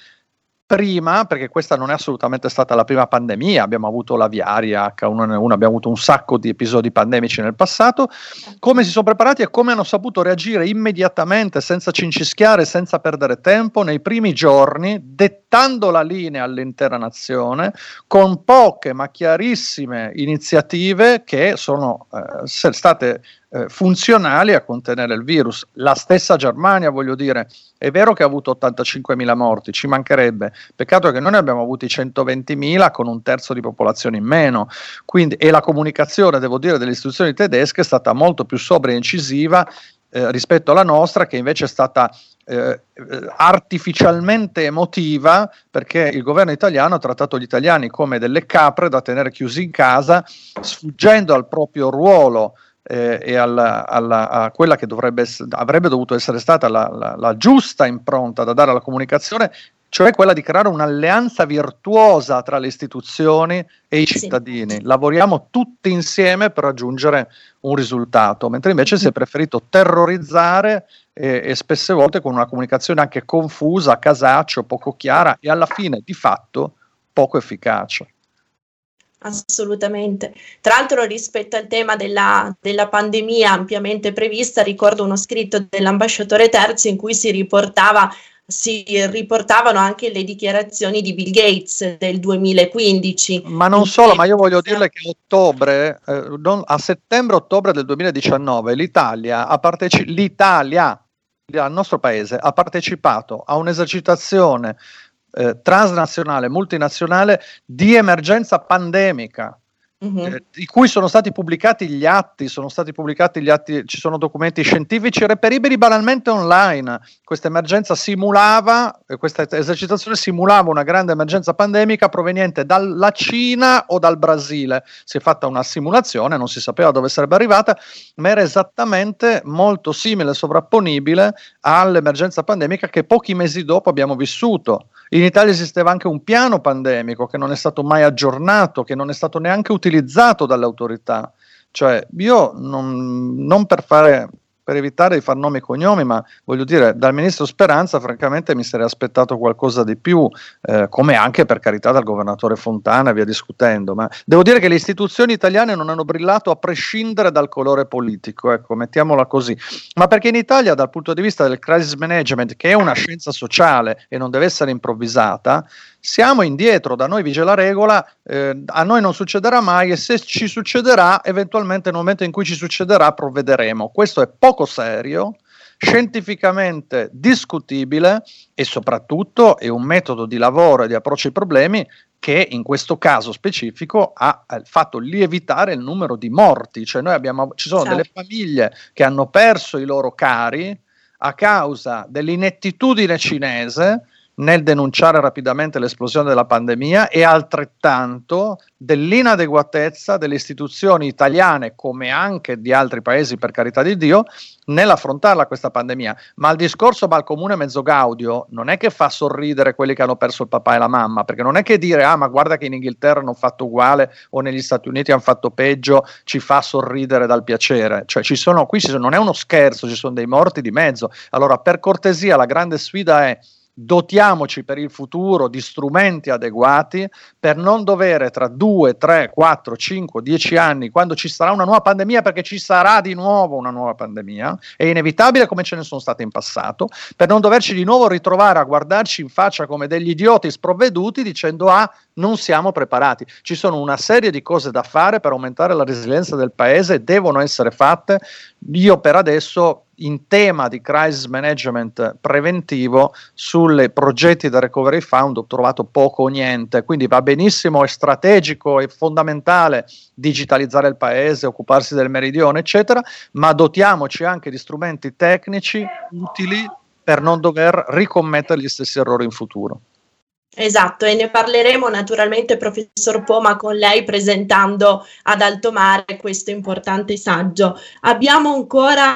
prima, perché questa non è assolutamente stata la prima pandemia, abbiamo avuto l'aviaria acca uno enne uno, abbiamo avuto un sacco di episodi pandemici nel passato, come si sono preparati e come hanno saputo reagire immediatamente, senza cincischiare, senza perdere tempo, nei primi giorni, dettando la linea all'intera nazione, con poche ma chiarissime iniziative che sono eh, state eh, funzionali a contenere il virus. La stessa Germania, voglio dire, è vero che ha avuto ottantacinquemila morti, ci mancherebbe, peccato che noi ne abbiamo avuti centoventimila con un terzo di popolazione in meno, quindi, e la comunicazione, devo dire, delle istituzioni tedesche è stata molto più sobria e incisiva eh, rispetto alla nostra, che invece è stata eh, artificialmente emotiva, perché il governo italiano ha trattato gli italiani come delle capre da tenere chiusi in casa, sfuggendo al proprio ruolo Eh, e alla, alla, a quella che dovrebbe essere, avrebbe dovuto essere stata la, la, la giusta impronta da dare alla comunicazione, cioè quella di creare un'alleanza virtuosa tra le istituzioni e i cittadini. Sì. Lavoriamo tutti insieme per raggiungere un risultato, mentre invece si è preferito terrorizzare e, e spesse volte con una comunicazione anche confusa, a casaccio, poco chiara e alla fine di fatto poco efficace. Assolutamente. Tra l'altro, rispetto al tema della, della pandemia ampiamente prevista, ricordo uno scritto dell'ambasciatore Terzi in cui si riportava si riportavano anche le dichiarazioni di Bill Gates del duemilaquindici. Ma non solo, ma io voglio dirle che a ottobre, eh, non, a settembre-ottobre del duemiladiciannove l'Italia ha partecipato, l'Italia, il nostro paese, ha partecipato a un'esercitazione Eh, transnazionale, multinazionale di emergenza pandemica, uh-huh. eh, di cui sono stati pubblicati gli atti, sono stati pubblicati gli atti, ci sono documenti scientifici reperibili banalmente online. Questa emergenza simulava, eh, questa esercitazione simulava una grande emergenza pandemica proveniente dalla Cina o dal Brasile. Si è fatta una simulazione, non si sapeva dove sarebbe arrivata, ma era esattamente molto simile, sovrapponibile all'emergenza pandemica che pochi mesi dopo abbiamo vissuto. In Italia esisteva anche un piano pandemico che non è stato mai aggiornato, che non è stato neanche utilizzato dalle autorità. Cioè, io non, non per fare, per evitare di far nomi e cognomi, ma voglio dire, dal ministro Speranza francamente mi sarei aspettato qualcosa di più, eh, come anche per carità dal governatore Fontana e via discutendo, ma devo dire che le istituzioni italiane non hanno brillato a prescindere dal colore politico, ecco, mettiamola così, ma perché in Italia dal punto di vista del crisis management, che è una scienza sociale e non deve essere improvvisata, siamo indietro, da noi vige la regola, eh, a noi non succederà mai e se ci succederà, eventualmente nel momento in cui ci succederà provvederemo. Questo è poco serio, scientificamente discutibile e soprattutto è un metodo di lavoro e di approccio ai problemi che in questo caso specifico ha eh, fatto lievitare il numero di morti. Cioè noi abbiamo, ci sono certo. delle famiglie che hanno perso i loro cari a causa dell'inettitudine cinese nel denunciare rapidamente l'esplosione della pandemia e altrettanto dell'inadeguatezza delle istituzioni italiane, come anche di altri paesi per carità di Dio, nell'affrontarla questa pandemia. Ma il discorso Malcomune Mezzo Gaudio non è che fa sorridere quelli che hanno perso il papà e la mamma, perché non è che dire ah ma guarda che in Inghilterra hanno fatto uguale o negli Stati Uniti hanno fatto peggio ci fa sorridere dal piacere. Cioè ci sono qui ci sono, non è uno scherzo, ci sono dei morti di mezzo. Allora per cortesia la grande sfida è dotiamoci per il futuro di strumenti adeguati per non dover tra due, tre, quattro, cinque, dieci anni, quando ci sarà una nuova pandemia, perché ci sarà di nuovo una nuova pandemia, è inevitabile come ce ne sono state in passato, per non doverci di nuovo ritrovare a guardarci in faccia come degli idioti sprovveduti dicendo ah, non siamo preparati. Ci sono una serie di cose da fare per aumentare la resilienza del paese, devono essere fatte. Io per adesso in tema di crisis management preventivo sui progetti del Recovery Fund ho trovato poco o niente, quindi va benissimo, è strategico, è fondamentale digitalizzare il paese, occuparsi del meridione eccetera, ma dotiamoci anche di strumenti tecnici utili per non dover ricommettere gli stessi errori in futuro. Esatto, e ne parleremo naturalmente, professor Poma, con lei presentando ad alto mare questo importante saggio. Abbiamo ancora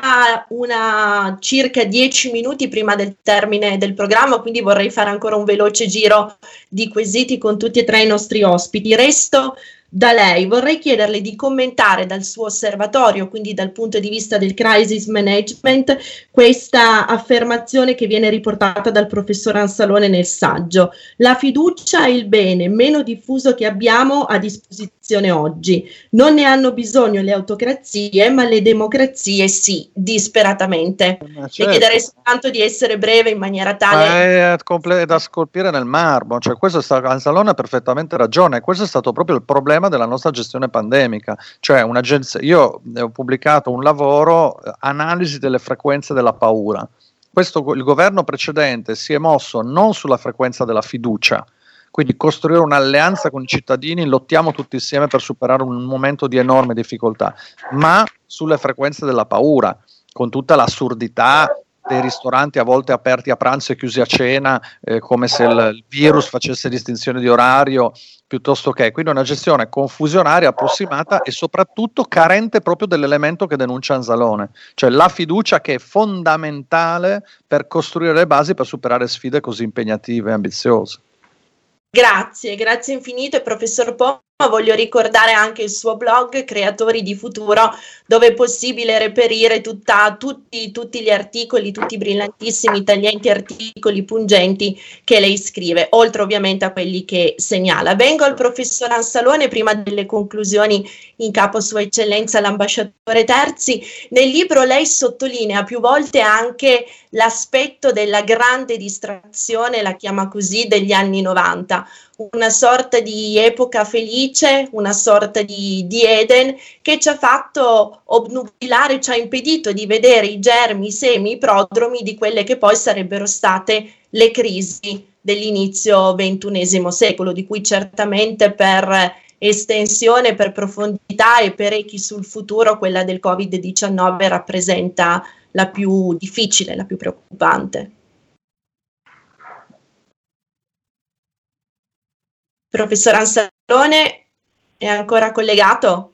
una circa dieci minuti prima del termine del programma, quindi vorrei fare ancora un veloce giro di quesiti con tutti e tre i nostri ospiti. Resto da lei, vorrei chiederle di commentare dal suo osservatorio, quindi dal punto di vista del crisis management, questa affermazione che viene riportata dal professor Ansalone nel saggio. La fiducia è il bene meno diffuso che abbiamo a disposizione oggi. Non ne hanno bisogno le autocrazie, ma le democrazie sì, disperatamente. Ma certo. Le chiederei soltanto di essere breve in maniera tale... È, è da scolpire nel marmo, cioè questo sta, Ansalone ha perfettamente ragione, questo è stato proprio il problema problema della nostra gestione pandemica, cioè un'agenzia, io ho pubblicato un lavoro, analisi delle frequenze della paura. Questo, il governo precedente si è mosso non sulla frequenza della fiducia, quindi costruire un'alleanza con i cittadini, lottiamo tutti insieme per superare un momento di enorme difficoltà, ma sulle frequenze della paura, con tutta l'assurdità dei ristoranti a volte aperti a pranzo e chiusi a cena, eh, come se il, il virus facesse distinzione di orario, piuttosto che, quindi una gestione confusionaria, approssimata e soprattutto carente proprio dell'elemento che denuncia Anzalone, cioè la fiducia, che è fondamentale per costruire le basi per superare sfide così impegnative e ambiziose. Grazie, grazie infinite professor Pomma. Voglio ricordare anche il suo blog Creatori di Futuro, dove è possibile reperire tutta, tutti, tutti gli articoli, tutti i brillantissimi, taglienti articoli pungenti che lei scrive, oltre ovviamente a quelli che segnala. Vengo al professor Anzalone prima delle conclusioni in capo a Sua Eccellenza l'ambasciatore Terzi. Nel libro lei sottolinea più volte anche l'aspetto della grande distrazione, la chiama così, degli anni novanta. Una sorta di epoca felice, una sorta di, di Eden che ci ha fatto obnubilare, ci ha impedito di vedere i germi, i semi, i prodromi di quelle che poi sarebbero state le crisi dell'inizio ventunesimo secolo, di cui certamente per estensione, per profondità e per echi sul futuro quella del covid diciannove rappresenta la più difficile, la più preoccupante. Professor Anzalone, è ancora collegato?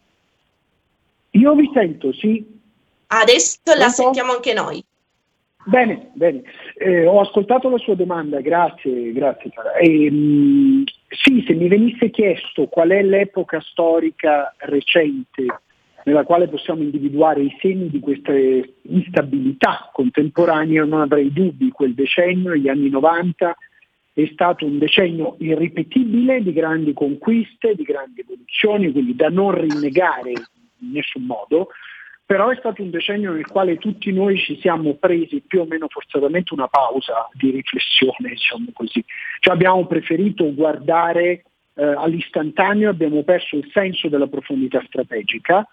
Io vi sento, sì. Adesso la Pronto? sentiamo anche noi. Bene, bene. Eh, ho ascoltato la sua domanda, grazie, grazie. E, mh, sì, se mi venisse chiesto qual è l'epoca storica recente nella quale possiamo individuare i segni di questa instabilità contemporanea, non avrei dubbi. Quel decennio, gli anni novanta, è stato un decennio irripetibile di grandi conquiste, di grandi evoluzioni, quindi da non rinnegare in nessun modo, però è stato un decennio nel quale tutti noi ci siamo presi più o meno forzatamente una pausa di riflessione, diciamo così. Cioè abbiamo preferito guardare eh, all'istantaneo, abbiamo perso il senso della profondità strategica,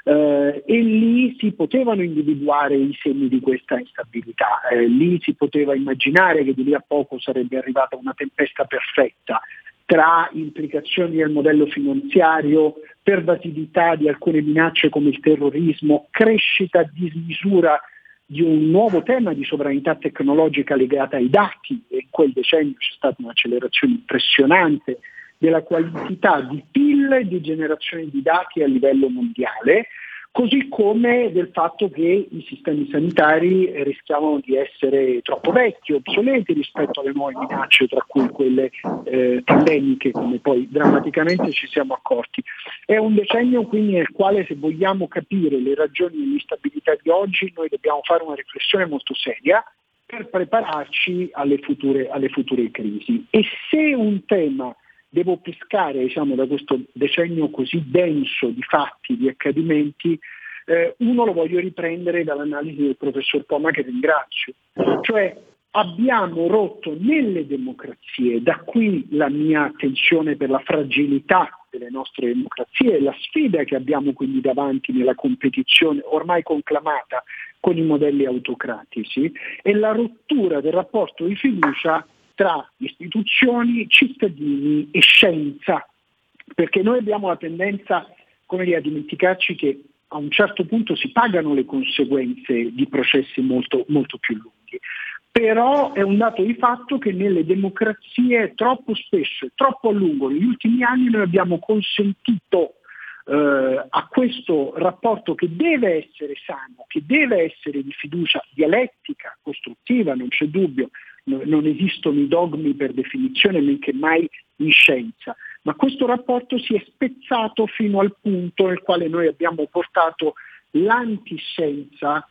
Uh, e lì si potevano individuare i segni di questa instabilità, uh, lì si poteva immaginare che di lì a poco sarebbe arrivata una tempesta perfetta tra implicazioni del modello finanziario, pervasività di alcune minacce come il terrorismo, crescita a dismisura di un nuovo tema di sovranità tecnologica legata ai dati, e in quel decennio c'è stata un'accelerazione impressionante della quantità di P I L e di generazione di dati a livello mondiale, così come del fatto che i sistemi sanitari rischiavano di essere troppo vecchi, obsoleti rispetto alle nuove minacce, tra cui quelle eh, pandemiche, come poi drammaticamente ci siamo accorti. È un decennio quindi nel quale, se vogliamo capire le ragioni dell'instabilità di oggi, noi dobbiamo fare una riflessione molto seria per prepararci alle future, alle future crisi. E se un tema devo pescare, diciamo, da questo decennio così denso di fatti, di accadimenti, eh, uno lo voglio riprendere dall'analisi del professor Pomma, che ringrazio. Cioè abbiamo rotto nelle democrazie, da qui la mia attenzione per la fragilità delle nostre democrazie e la sfida che abbiamo quindi davanti nella competizione ormai conclamata con i modelli autocratici, e la rottura del rapporto di fiducia tra istituzioni, cittadini e scienza, perché noi abbiamo la tendenza, come dire, a dimenticarci che a un certo punto si pagano le conseguenze di processi molto, molto più lunghi. Però è un dato di fatto che nelle democrazie troppo spesso e troppo a lungo negli ultimi anni noi abbiamo consentito eh, a questo rapporto, che deve essere sano, che deve essere di fiducia dialettica, costruttiva, non c'è dubbio, non esistono i dogmi per definizione, men che mai in scienza, ma questo rapporto si è spezzato fino al punto nel quale noi abbiamo portato l'antiscienza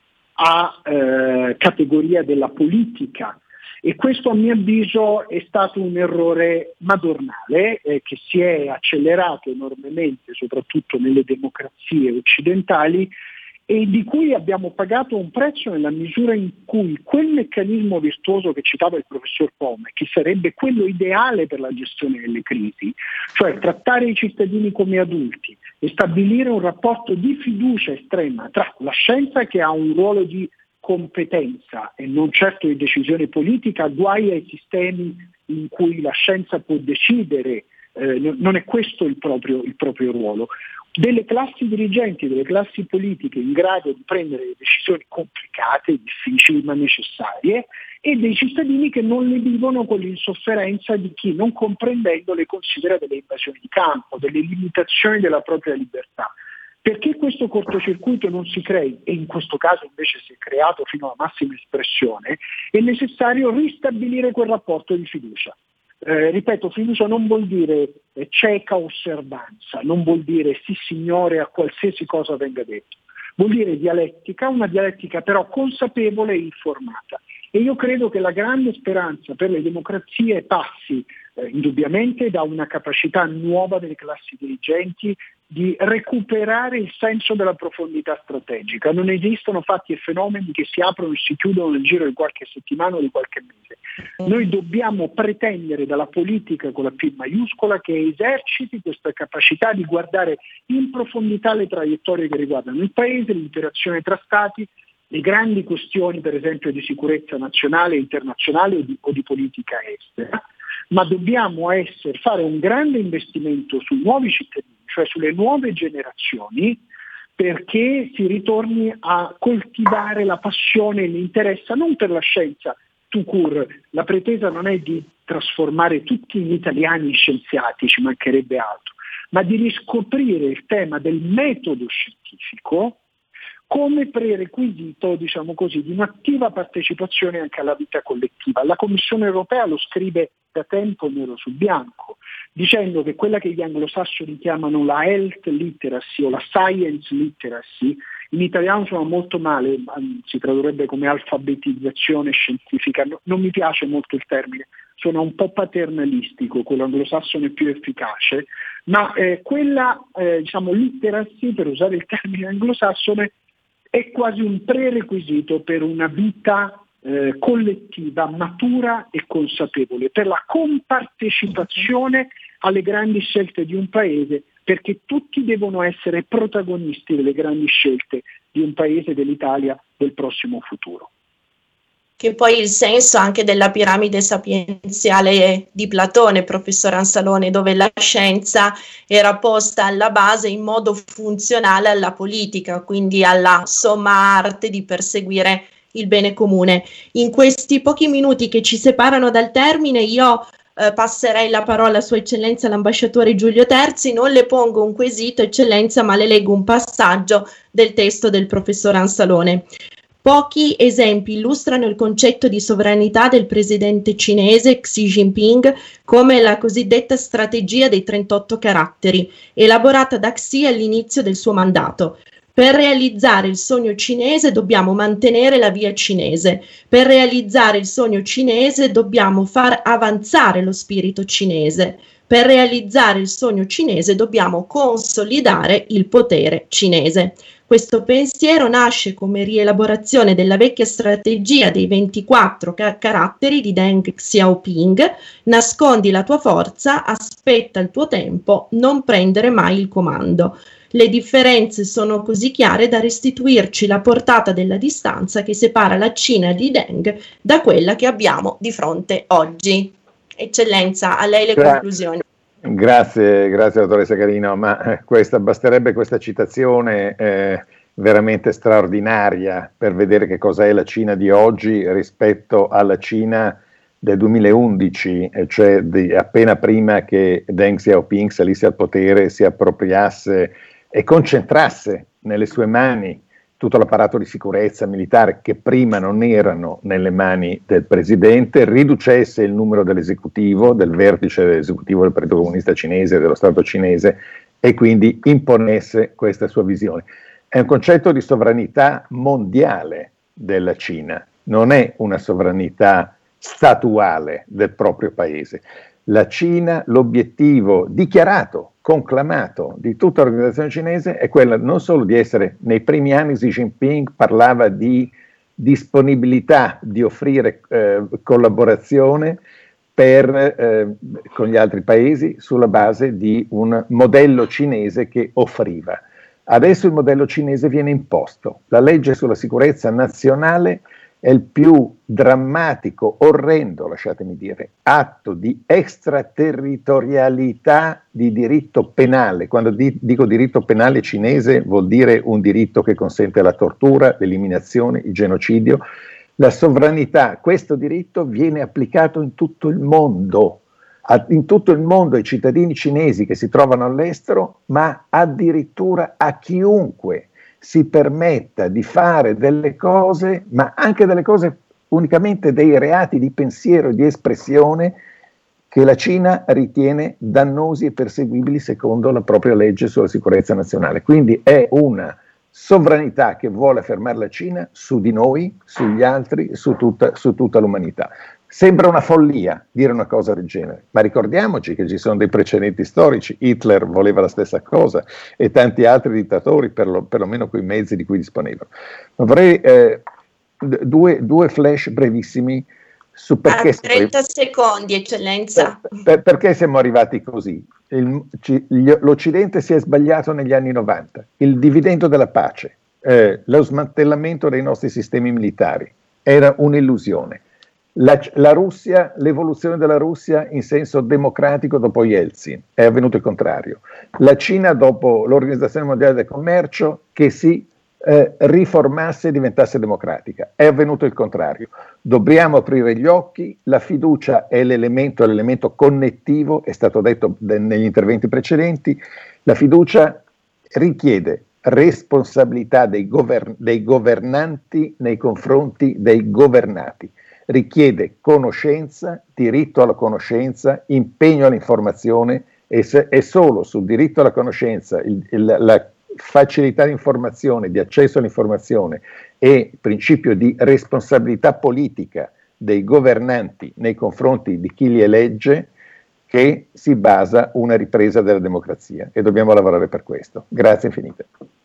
a eh, categoria della politica, e questo a mio avviso è stato un errore madornale eh, che si è accelerato enormemente soprattutto nelle democrazie occidentali, e di cui abbiamo pagato un prezzo nella misura in cui quel meccanismo virtuoso che citava il professor Pome, che sarebbe quello ideale per la gestione delle crisi, cioè trattare i cittadini come adulti e stabilire un rapporto di fiducia estrema tra la scienza, che ha un ruolo di competenza e non certo di decisione politica, guai ai sistemi in cui la scienza può decidere, eh, non è questo il proprio, il proprio ruolo, delle classi dirigenti, delle classi politiche in grado di prendere decisioni complicate, difficili ma necessarie, e dei cittadini che non le vivono con l'insofferenza di chi, non comprendendo, le considera delle invasioni di campo, delle limitazioni della propria libertà. Perché questo cortocircuito non si crei, e in questo caso invece si è creato fino alla massima espressione, è necessario ristabilire quel rapporto di fiducia. Eh, ripeto, fiducia non vuol dire eh, cieca osservanza, non vuol dire sì signore a qualsiasi cosa venga detto, vuol dire dialettica, una dialettica però consapevole e informata. E io credo che la grande speranza per le democrazie passi eh, indubbiamente da una capacità nuova delle classi dirigenti di recuperare il senso della profondità strategica. Non esistono fatti e fenomeni che si aprono e si chiudono nel giro di qualche settimana o di qualche mese. Noi dobbiamo pretendere dalla politica con la P maiuscola che eserciti questa capacità di guardare in profondità le traiettorie che riguardano il Paese, l'interazione tra Stati, le grandi questioni per esempio di sicurezza nazionale e internazionale o di, o di politica estera, ma dobbiamo essere, fare un grande investimento sui nuovi cittadini, cioè sulle nuove generazioni, perché si ritorni a coltivare la passione e l'interesse non per la scienza tout court. La pretesa non è di trasformare tutti gli italiani in scienziati, ci mancherebbe altro, ma di riscoprire il tema del metodo scientifico come prerequisito, diciamo così, di un'attiva partecipazione anche alla vita collettiva. La Commissione europea lo scrive da tempo nero su bianco, dicendo che quella che gli anglosassoni chiamano la health literacy o la science literacy, in italiano suona molto male, si tradurrebbe come alfabetizzazione scientifica, no, non mi piace molto il termine, suona un po' paternalistico, quello anglosassone è più efficace, ma eh, quella eh, diciamo literacy, per usare il termine anglosassone, è quasi un prerequisito per una vita eh, collettiva, matura e consapevole, per la compartecipazione alle grandi scelte di un paese, perché tutti devono essere protagonisti delle grandi scelte di un paese, dell'Italia, del prossimo futuro. Che poi il senso anche della piramide sapienziale di Platone, professor Ansalone, dove la scienza era posta alla base in modo funzionale alla politica, quindi alla somma arte di perseguire il bene comune. In questi pochi minuti che ci separano dal termine, io eh, passerei la parola a Sua Eccellenza l'ambasciatore Giulio Terzi. Non le pongo un quesito, Eccellenza, ma le leggo un passaggio del testo del professor Ansalone. Pochi esempi illustrano il concetto di sovranità del presidente cinese Xi Jinping come la cosiddetta strategia dei trentotto caratteri, elaborata da Xi all'inizio del suo mandato. Per realizzare il sogno cinese dobbiamo mantenere la via cinese. Per realizzare il sogno cinese dobbiamo far avanzare lo spirito cinese. Per realizzare il sogno cinese dobbiamo consolidare il potere cinese. Questo pensiero nasce come rielaborazione della vecchia strategia dei ventiquattro ca- caratteri di Deng Xiaoping: nascondi la tua forza, aspetta il tuo tempo, non prendere mai il comando. Le differenze sono così chiare da restituirci la portata della distanza che separa la Cina di Deng da quella che abbiamo di fronte oggi. Eccellenza, a lei le Gra- conclusioni. Grazie, grazie dottoressa Carino, ma eh, questa, basterebbe questa citazione eh, veramente straordinaria per vedere che cosa è la Cina di oggi rispetto alla Cina del duemilaundici, eh, cioè di, appena prima che Deng Xiaoping salisse al potere, si appropriasse e concentrasse nelle sue mani tutto l'apparato di sicurezza militare che prima non erano nelle mani del presidente, riducesse il numero dell'esecutivo, del vertice dell'esecutivo del Partito Comunista Cinese, dello Stato cinese, e quindi imponesse questa sua visione. È un concetto di sovranità mondiale della Cina, non è una sovranità statuale del proprio paese. La Cina, l'obiettivo dichiarato conclamato di tutta l'organizzazione cinese è quella non solo di essere, nei primi anni Xi Jinping parlava di disponibilità di offrire eh, collaborazione per, eh, con gli altri paesi sulla base di un modello cinese che offriva. Adesso il modello cinese viene imposto. La legge sulla sicurezza nazionale è il più drammatico, orrendo, lasciatemi dire, atto di extraterritorialità di diritto penale. Quando di, dico diritto penale cinese vuol dire un diritto che consente la tortura, l'eliminazione, il genocidio, la sovranità. Questo diritto viene applicato in tutto il mondo, a, in tutto il mondo ai cittadini cinesi che si trovano all'estero, ma addirittura a chiunque si permetta di fare delle cose, ma anche delle cose unicamente dei reati di pensiero e di espressione che la Cina ritiene dannosi e perseguibili secondo la propria legge sulla sicurezza nazionale. Quindi è una sovranità che vuole affermare la Cina su di noi, sugli altri, su tutta, su tutta l'umanità. Sembra una follia dire una cosa del genere, ma ricordiamoci che ci sono dei precedenti storici. Hitler voleva la stessa cosa e tanti altri dittatori, per lo, perlomeno quei mezzi di cui disponevano. Vorrei eh, due, due flash brevissimi su perché... A trenta secondi, eccellenza. Per, per, perché siamo arrivati così? Il, ci, gli, L'Occidente si è sbagliato negli anni novanta. Il dividendo della pace, eh, lo smantellamento dei nostri sistemi militari, era un'illusione. La, la Russia, l'evoluzione della Russia in senso democratico dopo Yeltsin, è avvenuto il contrario. La Cina dopo l'Organizzazione Mondiale del Commercio che si eh, riformasse e diventasse democratica, è avvenuto il contrario. Dobbiamo aprire gli occhi, la fiducia è l'elemento, l'elemento connettivo, è stato detto de, negli interventi precedenti, la fiducia richiede responsabilità dei, govern, dei governanti nei confronti dei governati. Richiede conoscenza, diritto alla conoscenza, impegno all'informazione e, se, e solo sul diritto alla conoscenza, il, il, la facilità di informazione, di accesso all'informazione e il principio di responsabilità politica dei governanti nei confronti di chi li elegge che si basa una ripresa della democrazia e dobbiamo lavorare per questo. Grazie infinite.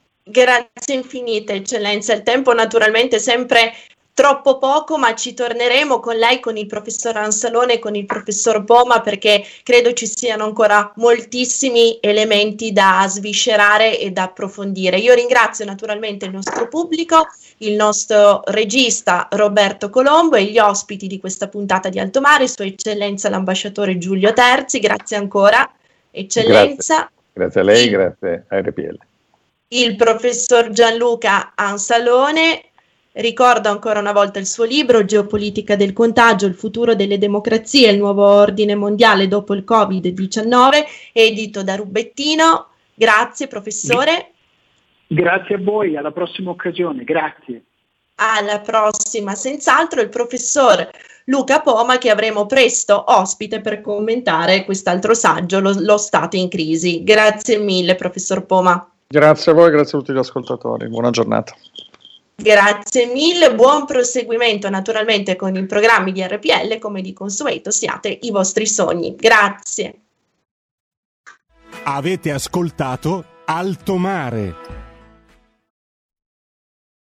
Grazie infinite, eccellenza. Il tempo naturalmente sempre troppo poco, ma ci torneremo con lei, con il professor Ansalone e con il professor Poma, perché credo ci siano ancora moltissimi elementi da sviscerare e da approfondire. Io ringrazio naturalmente il nostro pubblico, il nostro regista Roberto Colombo e gli ospiti di questa puntata di Alto Mare, Sua Eccellenza l'ambasciatore Giulio Terzi. Grazie ancora, Eccellenza. Grazie, grazie a lei, il, grazie a R P L. Il professor Gianluca Ansalone. Ricordo ancora una volta il suo libro Geopolitica del contagio, il futuro delle democrazie, il nuovo ordine mondiale dopo il covid diciannove, edito da Rubettino. Grazie professore. Grazie a voi, alla prossima occasione, grazie. Alla prossima, senz'altro il professor Luca Poma, che avremo presto ospite per commentare quest'altro saggio, lo, lo Stato in crisi. Grazie mille professor Poma. Grazie a voi, grazie a tutti gli ascoltatori, buona giornata. Grazie mille, buon proseguimento naturalmente con i programmi di R P L, come di consueto siate i vostri sogni. Grazie. Avete ascoltato Alto Mare.